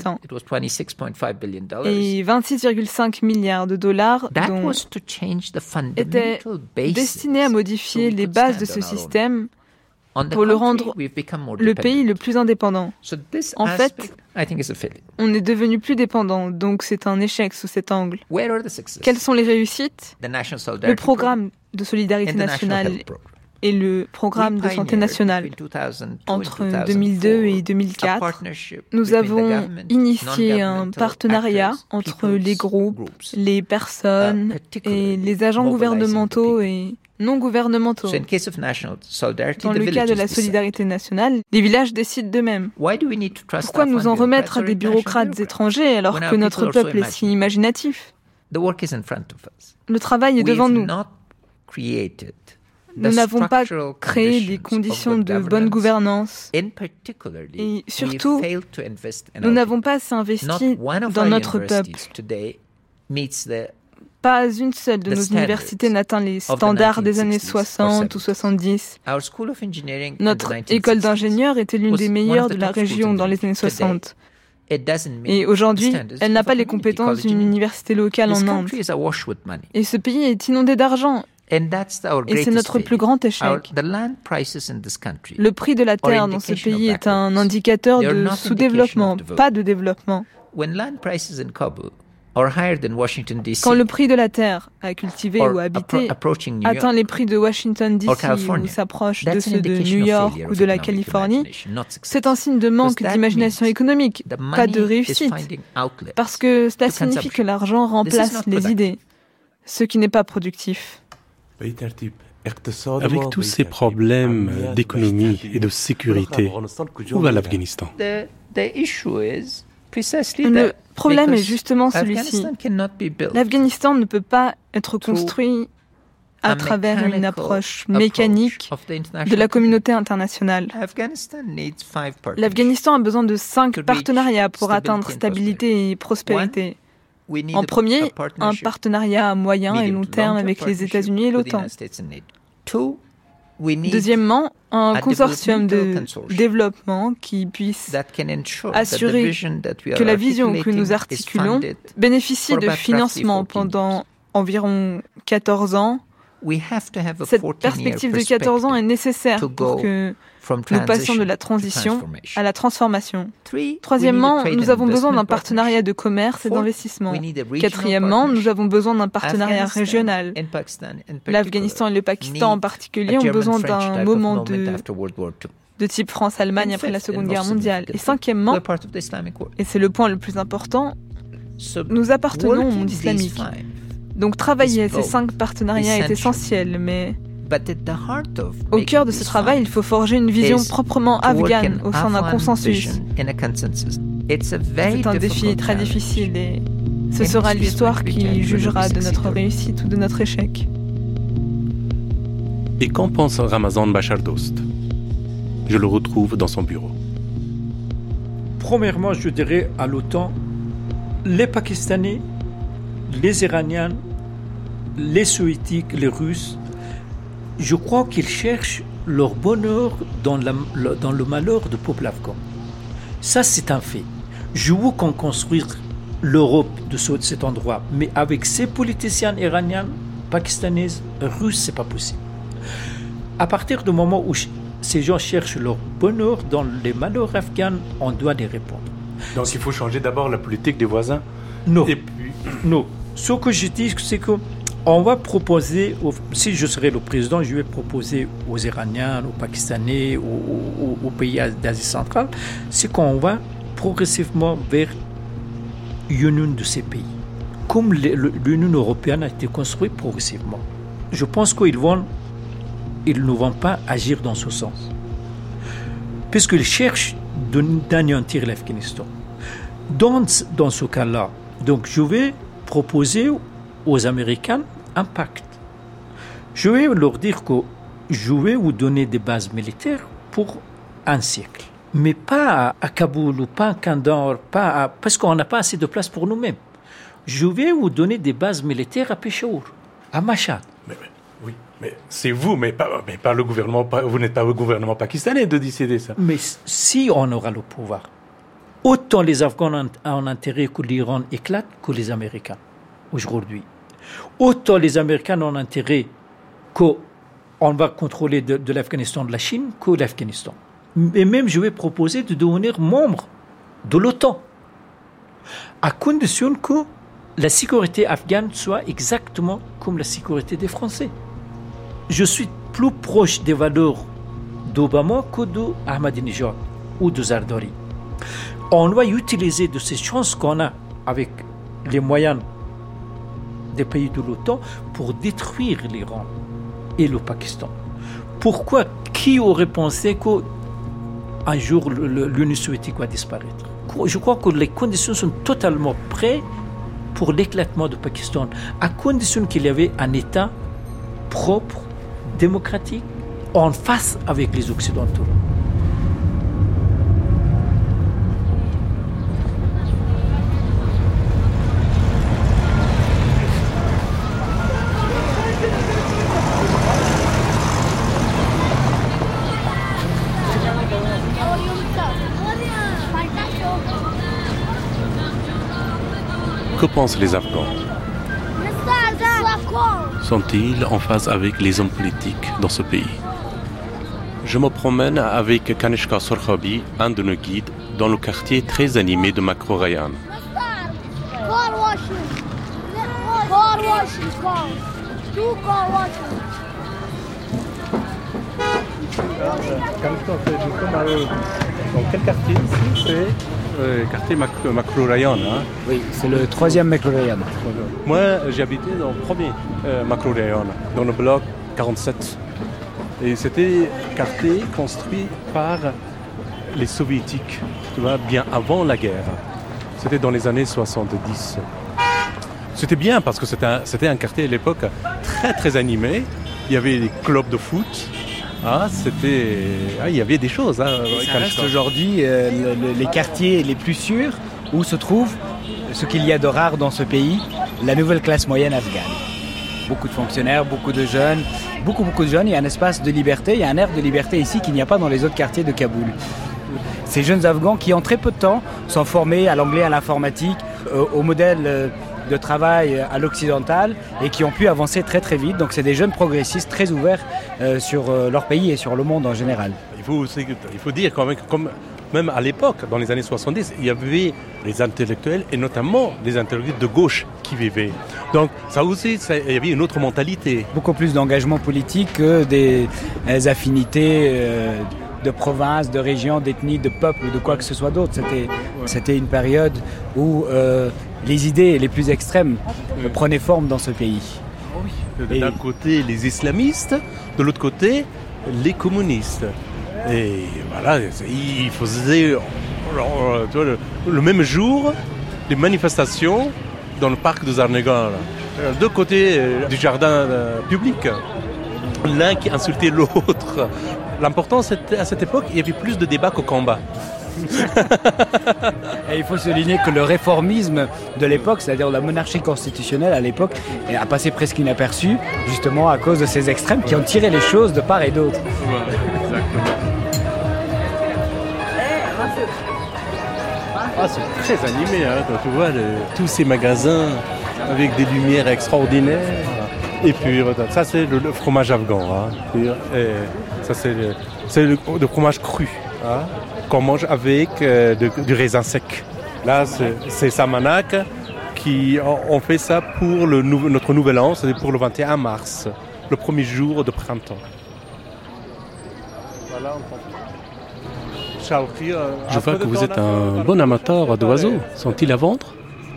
Et 26,5 milliards de dollars dont étaient destinés à modifier les bases de ce système pour le rendre le pays le plus indépendant. En fait, on est devenu plus dépendant, donc c'est un échec sous cet angle. Quelles sont les réussites ? Le programme de solidarité nationale et le programme de santé nationale. Entre 2002 et 2004, nous avons initié un partenariat entre les groupes, les personnes et les agents gouvernementaux et non gouvernementaux. Dans le cas de la solidarité nationale, les villages décident d'eux-mêmes. Pourquoi nous en remettre à des bureaucrates étrangers alors que notre peuple est si imaginatif ? Le travail est devant nous. Nous n'avons pas créé les conditions de bonne gouvernance et surtout, nous n'avons pas assez investi dans notre peuple. Pas une seule de nos universités n'atteint les standards des années 60 ou 70. Notre école d'ingénieurs était l'une des meilleures de la région dans les années 60. Et aujourd'hui, elle n'a pas les compétences d'une université locale en Inde. Et ce pays est inondé d'argent. Et c'est notre plus grand échec. Le prix de la terre dans ce pays est un indicateur de sous-développement, pas de développement. Quand le prix de la terre à cultiver ou à habiter atteint les prix de Washington DC ou s'approche de ceux de New York ou de la Californie, c'est un signe de manque d'imagination économique, pas de réussite, parce que cela signifie que l'argent remplace les idées, ce qui n'est pas productif. Avec tous ces problèmes d'économie et de sécurité, où va l'Afghanistan ? Le problème est justement celui-ci. L'Afghanistan ne peut pas être construit à travers une approche mécanique de la communauté internationale. L'Afghanistan a besoin de 5 partenariats pour atteindre stabilité et prospérité. En premier, un partenariat à moyen et long terme avec les États-Unis et l'OTAN. Deuxièmement, un consortium de développement qui puisse assurer que la vision que nous articulons bénéficie de financement pendant environ 14 ans. Cette perspective de 14 ans est nécessaire pour que nous passions de la transition à la transformation. Troisièmement, nous avons besoin d'un partenariat de commerce et d'investissement. Quatrièmement, nous avons besoin d'un partenariat régional. L'Afghanistan et le Pakistan en particulier ont besoin d'un moment de type France-Allemagne après la Seconde Guerre mondiale. Et cinquièmement, et c'est le point le plus important, nous appartenons au monde islamique. Donc travailler à ces 5 partenariats est essentiel, mais au cœur de ce travail, il faut forger une vision proprement afghane au sein d'un consensus. C'est un défi très difficile et ce sera l'histoire qui jugera de notre réussite ou de notre échec. Et qu'en pense Ramazan Bachardost ? Je le retrouve dans son bureau. Premièrement, je dirais à l'OTAN, les Pakistanais, les Iraniens, les Soviétiques, les Russes, je crois qu'ils cherchent leur bonheur dans le malheur du peuple afghan. Ça, c'est un fait. Je veux qu'on construise l'Europe de cet endroit, mais avec ces politiciens iraniens, pakistanais, russes, c'est pas possible. À partir du moment où ces gens cherchent leur bonheur dans les malheurs afghans, on doit les répondre. Donc il faut changer d'abord la politique des voisins. Non. Et puis... Non. Ce que je dis, c'est qu'on va proposer, si je serais le président, je vais proposer aux Iraniens, aux Pakistanais, aux pays d'Asie centrale, c'est qu'on va progressivement vers l'union de ces pays. Comme l'Union européenne a été construite progressivement. Je pense qu'ils ne vont pas agir dans ce sens. Puisqu'ils cherchent d'anéantir l'Afghanistan. Dans ce cas-là, donc je vais proposer aux Américains un pacte. Je vais leur dire que je vais vous donner des bases militaires pour un siècle. Mais pas à Kaboul ou pas à Kandahar, parce qu'on n'a pas assez de place pour nous-mêmes. Je vais vous donner des bases militaires à Peshawar, à Mashhad. Oui, mais c'est vous, mais pas le gouvernement. Vous n'êtes pas le gouvernement pakistanais de décider ça. Mais si on aura le pouvoir, autant les Afghans ont intérêt que l'Iran éclate que les Américains, aujourd'hui. Autant les Américains ont intérêt qu'on va contrôler de l'Afghanistan de la Chine que l'Afghanistan. Et même, je vais proposer de devenir membre de l'OTAN, à condition que la sécurité afghane soit exactement comme la sécurité des Français. Je suis plus proche des valeurs d'Obama que d'Ahmadinejad ou de Zardari. On doit utiliser de ces chances qu'on a avec les moyens des pays de l'OTAN pour détruire l'Iran et le Pakistan. Pourquoi ? Qui aurait pensé qu'un jour l'Union soviétique va disparaître ? Je crois que les conditions sont totalement prêtes pour l'éclatement du Pakistan, à condition qu'il y avait un État propre, démocratique, en face avec les Occidentaux. Que pensent les Afghans? Sont-ils en phase avec les hommes politiques dans ce pays? Je me promène avec Kanishka Sorkhabi, un de nos guides, dans le quartier très animé de Makro Rayan. Dans quel quartier ici? C'est le quartier Makro Rayan. Hein? Oui, c'est le 3e Makro Rayan. Moi, j'ai habité dans le premier Makro Rayan, dans le bloc 47. Et c'était un quartier construit par les soviétiques, tu vois, bien avant la guerre. C'était dans les années 70. C'était bien parce que c'était un quartier à l'époque très très animé. Il y avait des clubs de foot. Il y avait des choses. Hein, ça reste aujourd'hui les quartiers les plus sûrs où se trouve ce qu'il y a de rare dans ce pays, la nouvelle classe moyenne afghane. Beaucoup de fonctionnaires, beaucoup de jeunes. Il y a un espace de liberté, il y a un air de liberté ici qu'il n'y a pas dans les autres quartiers de Kaboul. Ces jeunes Afghans qui en très peu de temps sont formés à l'anglais, à l'informatique, au modèle de travail à l'occidental et qui ont pu avancer très très vite. Donc c'est des jeunes progressistes très ouverts sur leur pays et sur le monde en général. Il faut dire quand même à l'époque, dans les années 70, il y avait les intellectuels et notamment des intellectuels de gauche qui vivaient. Donc ça aussi, il y avait une autre mentalité. Beaucoup plus d'engagement politique que des affinités de province, de région, d'ethnie, de peuple, de quoi que ce soit d'autre. C'était une période où les idées les plus extrêmes prenaient forme dans ce pays. D'un côté, les islamistes, de l'autre côté, les communistes. Et voilà, ils faisaient le même jour des manifestations dans le parc de Zarnegan, deux côtés du jardin public. L'un qui insultait l'autre. L'important, c'était à cette époque, il y avait plus de débats qu'au combat. Et il faut souligner que le réformisme de l'époque, c'est-à-dire la monarchie constitutionnelle à l'époque, a passé presque inaperçu, justement à cause de ces extrêmes qui ont tiré les choses de part et d'autre. Ouais, exactement. C'est très animé, hein, quand tu vois tous ces magasins avec des lumières extraordinaires. Et puis ça c'est le fromage afghan. Hein. Et ça c'est le fromage cru, hein, qu'on mange avec du raisin sec. Là c'est Samanak qui on fait ça pour notre nouvel an, c'est pour le 21 mars, le premier jour de printemps. Voilà, je vois que vous êtes un bon amateur d'oiseaux. Sont-ils à vendre?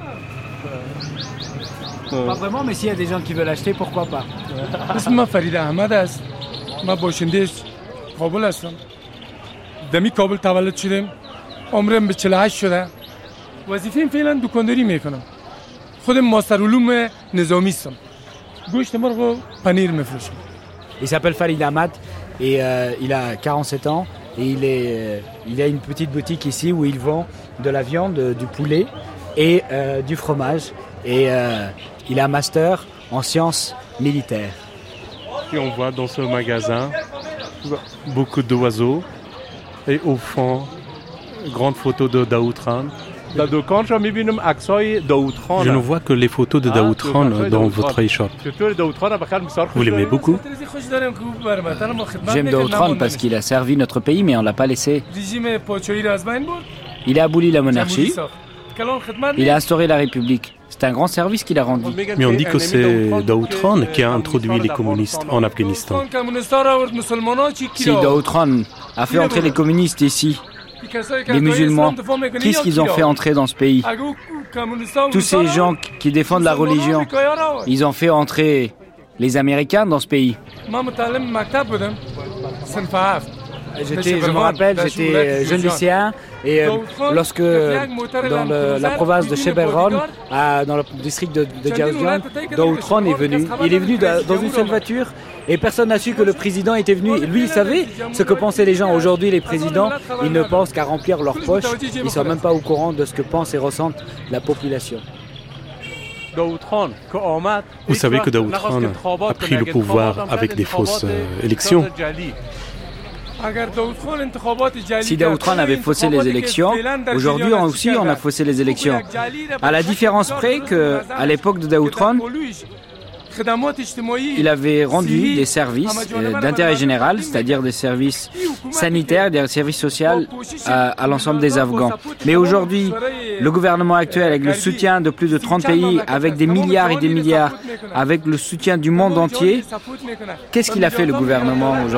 Pas vraiment, mais s'il y a des gens qui veulent acheter, pourquoi pas? اسمم فرید احمد است. من باشنده کابل هستم. دمی کابل تولد شدم. عمرم به 48 شده. وظیفه‌ام فعلا دکانداری میکنم. خودم ماستر علوم نظامی هستم. گوشت مرغ و پنیر میفروشم. Il s'appelle Farid Ahmad et il a 47 ans et il a une petite boutique ici où il vend de la viande, du poulet et du fromage. Et il a un master en sciences militaires. Et on voit dans ce magasin beaucoup d'oiseaux et au fond, grande photo de Daoud Khan. Je ne vois que les photos de Daoud Khan dans votre e-shop. Vous l'aimez beaucoup? J'aime Daoud Khan parce qu'il a servi notre pays, mais on ne l'a pas laissé. Il a aboli la monarchie. Il a instauré la République. C'est un grand service qu'il a rendu. Mais on dit que c'est Daoud Khan qui a introduit les communistes en Afghanistan. Si Daoud Khan a fait entrer les communistes ici, les musulmans, qu'est-ce qu'ils ont fait entrer dans ce pays? Tous ces gens qui défendent la religion, ils ont fait entrer les Américains dans ce pays. Je me rappelle, j'étais jeune lycéen et lorsque dans la province de Sheberghan, dans le district de Jawzjan, Daoud Khan est venu. Il est venu dans une seule voiture et personne n'a su que le président était venu. Lui, il savait ce que pensaient les gens. Aujourd'hui, les présidents, ils ne pensent qu'à remplir leurs poches. Ils ne sont même pas au courant de ce que pense et ressent la population. Vous savez que Daoud Khan a pris le pouvoir avec des fausses élections. Si Daoud Khan avait faussé les élections, aujourd'hui aussi on a faussé les élections. À la différence près qu'à l'époque de Daoud Khan, il avait rendu des services d'intérêt général, c'est-à-dire des services sanitaires, des services sociaux à l'ensemble des Afghans. Mais aujourd'hui, le gouvernement actuel, avec le soutien de plus de 30 pays, avec des milliards et des milliards, avec le soutien du monde entier, qu'est-ce qu'il a fait le gouvernement aujourd'hui ?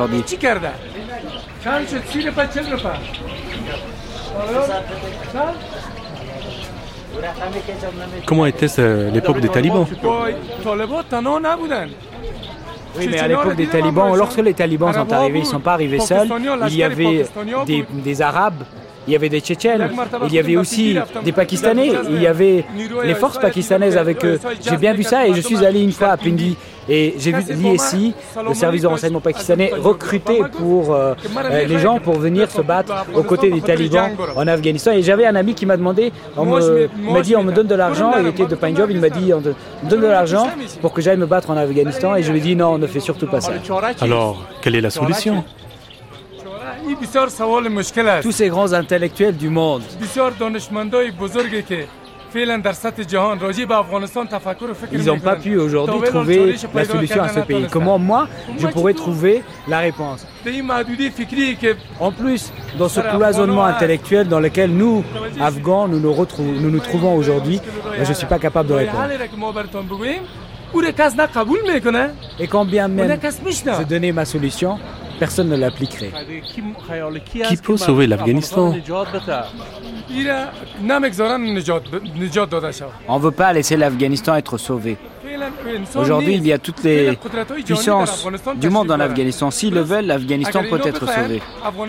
Comment était l'époque des talibans? Oui, mais à l'époque des talibans, lorsque les talibans sont arrivés, ils ne sont pas arrivés seuls. Il y avait des Arabes, il y avait des Tchétchènes, il y avait aussi des Pakistanais, il y avait les forces pakistanaises avec eux. J'ai bien vu ça et je suis allé une fois à Pindi et j'ai vu l'ISI, le service de renseignement pakistanais, recruter pour les gens pour venir se battre aux côtés des talibans en Afghanistan. Et j'avais un ami qui m'a demandé, on m'a dit on me donne de l'argent, il était de Punjab, il m'a dit on me donne de l'argent pour que j'aille me battre en Afghanistan et je lui ai dit non, on ne fait surtout pas ça. Alors, quelle est la solution ? Tous ces grands intellectuels du monde, ils n'ont pas pu aujourd'hui trouver la solution à ce pays. Comment moi, je pourrais trouver la réponse? En plus, dans ce cloisonnement intellectuel dans lequel nous, Afghans, nous nous trouvons aujourd'hui, je ne suis pas capable de répondre. Et quand bien même je donnais ma solution, personne ne l'appliquerait. Qui peut sauver l'Afghanistan? On ne veut pas laisser l'Afghanistan être sauvé. Aujourd'hui, il y a toutes les puissances du monde en Afghanistan. S'ils le veulent, l'Afghanistan peut être sauvé.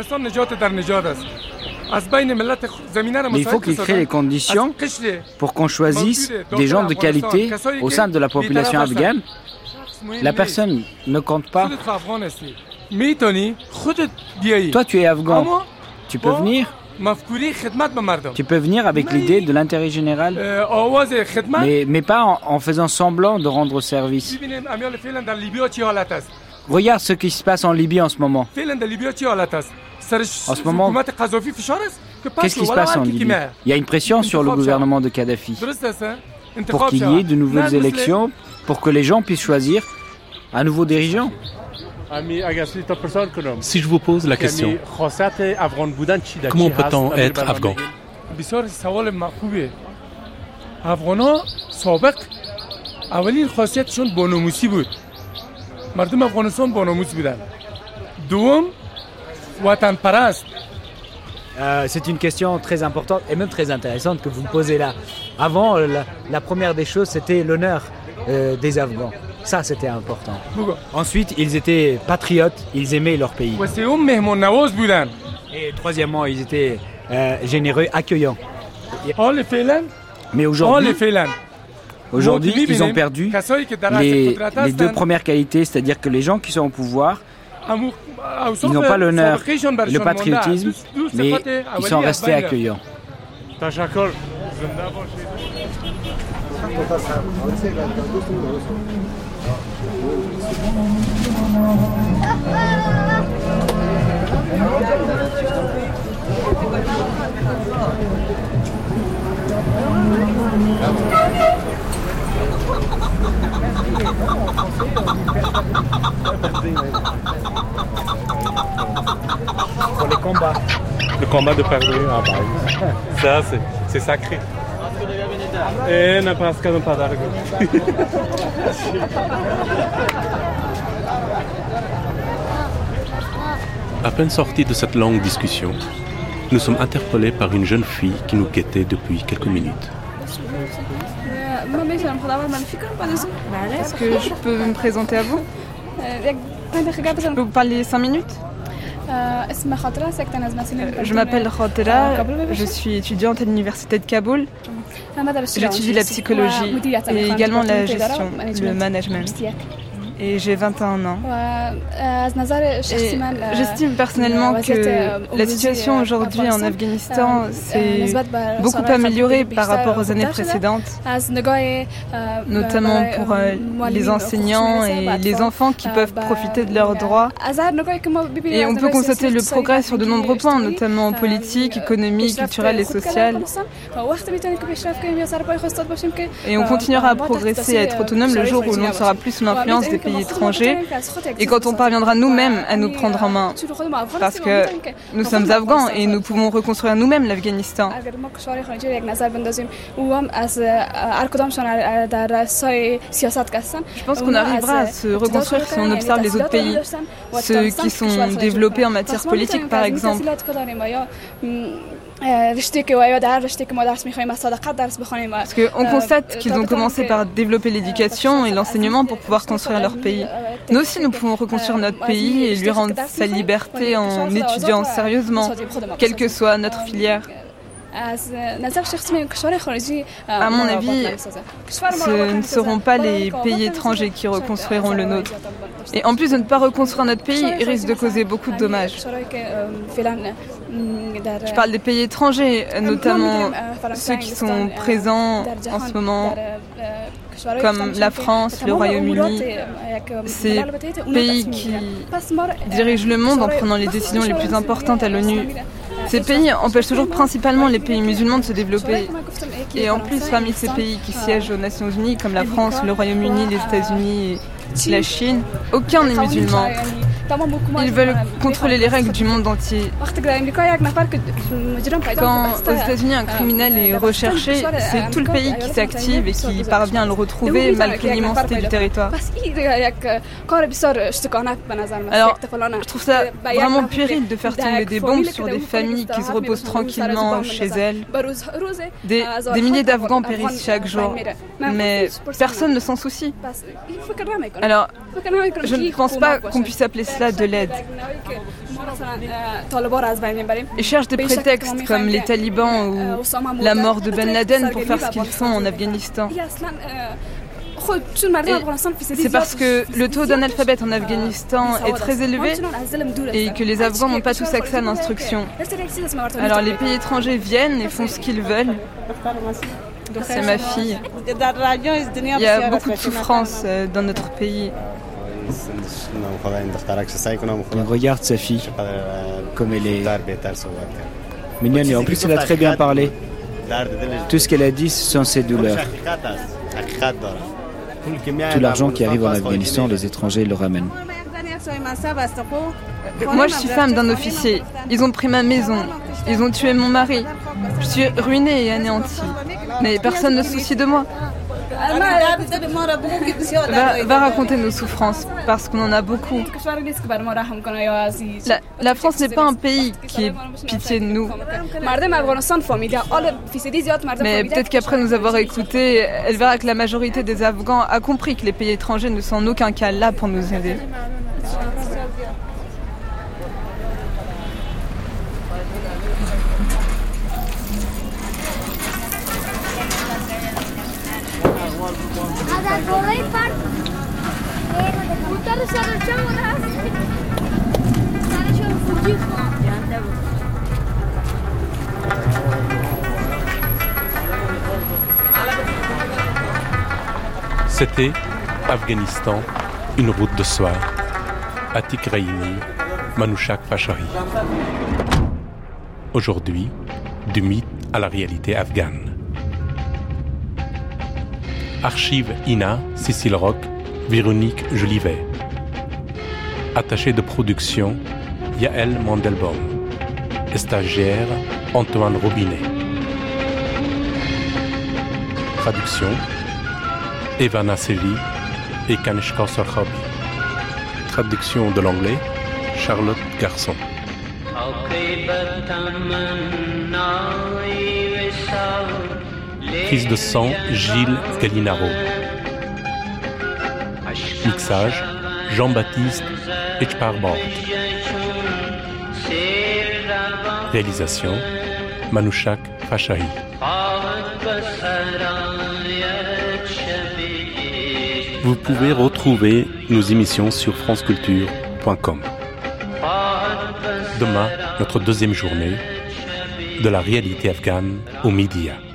Mais il faut qu'ils créent les conditions pour qu'on choisisse des gens de qualité au sein de la population afghane. La personne ne compte pas. Toi, tu es afghan. Tu peux venir. Tu peux venir avec l'idée de l'intérêt général, mais pas en faisant semblant de rendre service. Regarde ce qui se passe en Libye en ce moment. En ce moment, qu'est-ce qui se passe en Libye? Il y a une pression sur le gouvernement de Kadhafi pour qu'il y ait de nouvelles élections, pour que les gens puissent choisir un nouveau dirigeant. Si je vous pose la question, comment peut-on être afghan? C'est une question très importante et même très intéressante que vous me posez là. Avant, la première des choses, c'était l'honneur des Afghans. Ça, c'était important. Ensuite, ils étaient patriotes, ils aimaient leur pays. Et troisièmement, ils étaient généreux, accueillants. Mais aujourd'hui, ils ont perdu les deux premières qualités, c'est-à-dire que les gens qui sont au pouvoir, ils n'ont pas l'honneur, le patriotisme, mais ils sont restés accueillants. Pour les combats. Le combat de perdre, ça c'est sacré. Et n'a pas ce pas d'argent. À peine sortis de cette longue discussion, nous sommes interpellés par une jeune fille qui nous guettait depuis quelques minutes. Est-ce que je peux me présenter à vous? Je peux vous parler 5 minutes? Je m'appelle Khotira, je suis étudiante à l'université de Kaboul. J'étudie la psychologie et également la gestion, le management. et j'ai 21 ans. J'estime personnellement que la situation aujourd'hui en Afghanistan s'est beaucoup améliorée par rapport aux années précédentes, notamment pour les enseignants et les enfants qui peuvent profiter de leurs droits. Et on peut constater le progrès sur de nombreux points, notamment politique, économique, culturel et social. Et on continuera à progresser, à être autonome le jour où l'on ne sera plus sous l'influence des pays étrangers et quand on parviendra nous-mêmes à nous prendre en main. Parce que nous sommes afghans et nous pouvons reconstruire nous-mêmes l'Afghanistan. Je pense qu'on arrivera à se reconstruire si on observe les autres pays, ceux qui sont développés en matière politique par exemple. Parce qu'on constate qu'ils ont commencé par développer l'éducation et l'enseignement pour pouvoir construire leur pays. Nous aussi, nous pouvons reconstruire notre pays et lui rendre sa liberté en étudiant sérieusement, quelle que soit notre filière. À mon avis, ce ne seront pas les pays étrangers qui reconstruiront le nôtre. Et en plus de ne pas reconstruire notre pays, ils risquent de causer beaucoup de dommages. Je parle des pays étrangers, notamment ceux qui sont présents en ce moment, comme la France, le Royaume-Uni, ces pays qui dirigent le monde en prenant les décisions les plus importantes à l'ONU. Ces pays empêchent toujours principalement les pays musulmans de se développer. Et en plus, parmi ces pays qui siègent aux Nations Unies, comme la France, le Royaume-Uni, les États-Unis et la Chine, aucun n'est musulman. Ils veulent contrôler les règles du monde entier. Quand aux États-Unis un criminel est recherché, c'est tout le pays qui s'active et qui parvient à le retrouver malgré l'immensité du territoire. Alors, je trouve ça vraiment puéril de faire tomber des bombes sur des familles qui se reposent tranquillement chez elles. Des milliers d'Afghans périssent chaque jour, mais personne ne s'en soucie. Alors, je ne pense pas qu'on puisse appeler cela de l'aide. Ils cherchent des prétextes comme les talibans ou la mort de Ben Laden pour faire ce qu'ils font en Afghanistan. C'est parce que le taux d'analphabète en Afghanistan est très élevé et que les Afghans n'ont pas tous accès à l'instruction. Alors les pays étrangers viennent et font ce qu'ils veulent. C'est ma fille. Il y a beaucoup de souffrance dans notre pays. Il regarde sa fille comme elle est mignonne et en plus elle a très bien parlé. Tout ce qu'elle a dit, ce sont ses douleurs. Tout l'argent qui arrive en Afghanistan, les étrangers le ramènent. Moi, je suis femme d'un officier. Ils ont pris ma maison. Ils ont tué mon mari. Je suis ruinée et anéantie. Mais personne ne se soucie de moi. Va raconter nos souffrances, parce qu'on en a beaucoup. La France n'est pas un pays qui ait pitié de nous. Mais peut-être qu'après nous avoir écoutés, elle verra que la majorité des Afghans a compris que les pays étrangers ne sont en aucun cas là pour nous aider. C'était Afghanistan, une route de soir. Atiq Rahimi, Manouchak Fashari. Aujourd'hui, du mythe à la réalité afghane. Archive INA, Cécile Roch, Véronique Jolivet. Attaché de production, Yael Mandelbaum. Stagiaire, Antoine Robinet. Traduction, Eva Nasseri et Kanishka Sarkhabi. Traduction de l'anglais, Charlotte Garçon. Prise de son, Gilles Gallinaro. Mixage, Jean-Baptiste Echparbord. Réalisation, Manouchak Fashari. Vous pouvez retrouver nos émissions sur franceculture.com. Demain, notre deuxième journée de la réalité afghane aux médias.